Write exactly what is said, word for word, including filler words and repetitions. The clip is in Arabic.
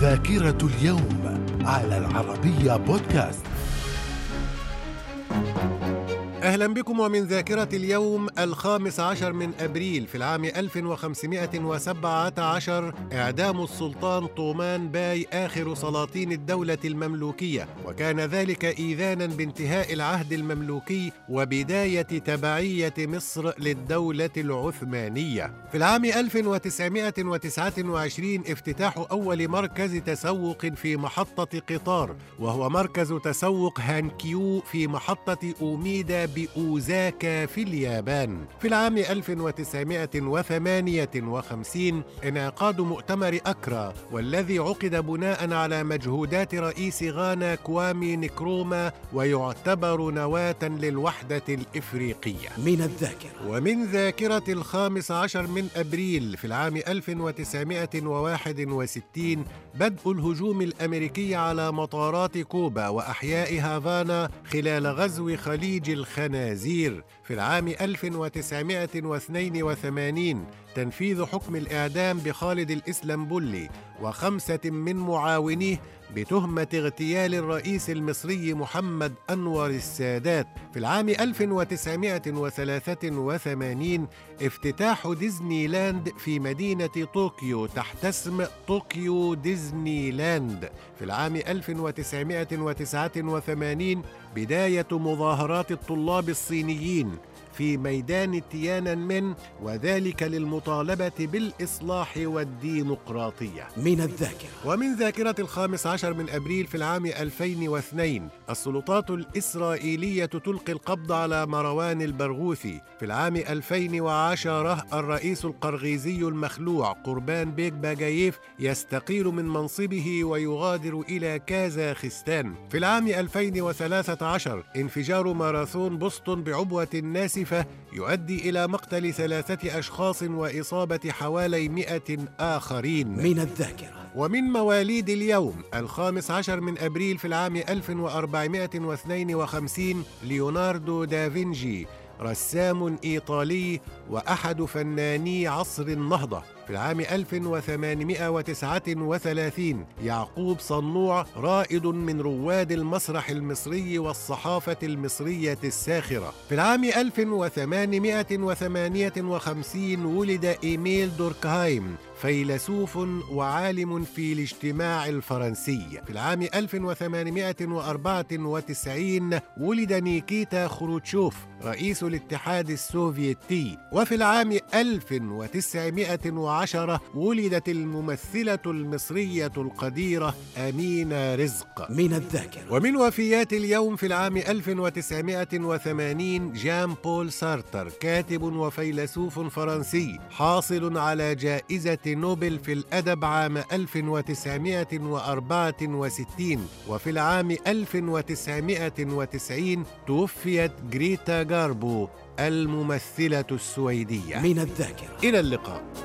ذاكرة اليوم على العربية بودكاست. أهلا بكم ومن ذاكرة اليوم الخامس عشر من أبريل في العام ألف وخمسمائة وسبعة عشر. إعدام السلطان طومان باي آخر سلاطين الدولة المملوكية، وكان ذلك إيذانا بانتهاء العهد المملوكي وبداية تبعية مصر للدولة العثمانية. في العام ألف وتسعمائة وتسعة وعشرين افتتاح أول مركز تسوق في محطة قطار، وهو مركز تسوق هانكيو في محطة أوميدا بأوزاكا في اليابان. في العام ألف وتسعمائة وثمانية وخمسين انعقاد مؤتمر أكرا، والذي عقد بناء على مجهودات رئيس غانا كوامي نكروما، ويعتبر نواة للوحدة الإفريقية. من الذاكرة ومن ذاكرة الخامس عشر من أبريل في العام ألف وتسعمائة وواحد وستين بدء الهجوم الأمريكي على مطارات كوبا وأحياء هافانا خلال غزو خليج الخنازير. في العام ألف وتسعمائة واثنين وثمانين تنفيذ حكم الإعدام بخالد الإسلامبولي وخمسة من معاونيه بتهمة اغتيال الرئيس المصري محمد أنور السادات. في العام ألف وتسعمائة وثلاثة وثمانين افتتاح ديزني لاند في مدينة طوكيو تحت اسم طوكيو ديزني لاند. في العام ألف وتسعمائة وتسعة وثمانين بداية مظاهرات الطلاب الصينيين في ميدان تيانانمن، وذلك للمطالبة بالإصلاح والديمقراطية. من الذاكرة ومن ذاكرة الخامس عشر من أبريل في العام ألفين واثنين السلطات الإسرائيلية تلقي القبض على مروان البرغوثي. في العام ألفين وعشرة الرئيس القرغيزي المخلوع قربان بيك باجايف يستقيل من منصبه ويغادر إلى كازاخستان. في العام ألفين وثلاثة عشر انفجار ماراثون بوسطن بعبوة ناسفة يؤدي إلى مقتل ثلاثة أشخاص وإصابة حوالي مئة آخرين. من الذاكرة ومن مواليد اليوم الخامس عشر من أبريل في العام ألف وأربعمائة واثنين وخمسين ليوناردو دافنشي، رسام إيطالي وأحد فناني عصر النهضة. في العام ألف وثمانمائة وتسعة وثلاثين يعقوب صنوع، رائد من رواد المسرح المصري والصحافة المصرية الساخرة. في العام ألف وثمانمائة وثمانية وخمسين ولد إيميل دوركهايم، فيلسوف وعالم في الاجتماع الفرنسي. في العام ألف وثمانمائة وأربعة وتسعين ولد نيكيتا خروتشوف، رئيس الاتحاد السوفيتي. وفي العام ألف وتسعمائة وعشرة ولدت الممثلة المصرية القديرة أمينة رزق. من الذاكرة ومن وفيات اليوم في العام ألف وتسعمائة وثمانين جان بول سارتر، كاتب وفيلسوف فرنسي حاصل على جائزة نوبل في الأدب عام ألف وتسعمائة وأربعة وستين. وفي العام ألف وتسعمائة وتسعين توفيت غريتا غاربو الممثلة السويدية. من الذاكرة إلى اللقاء.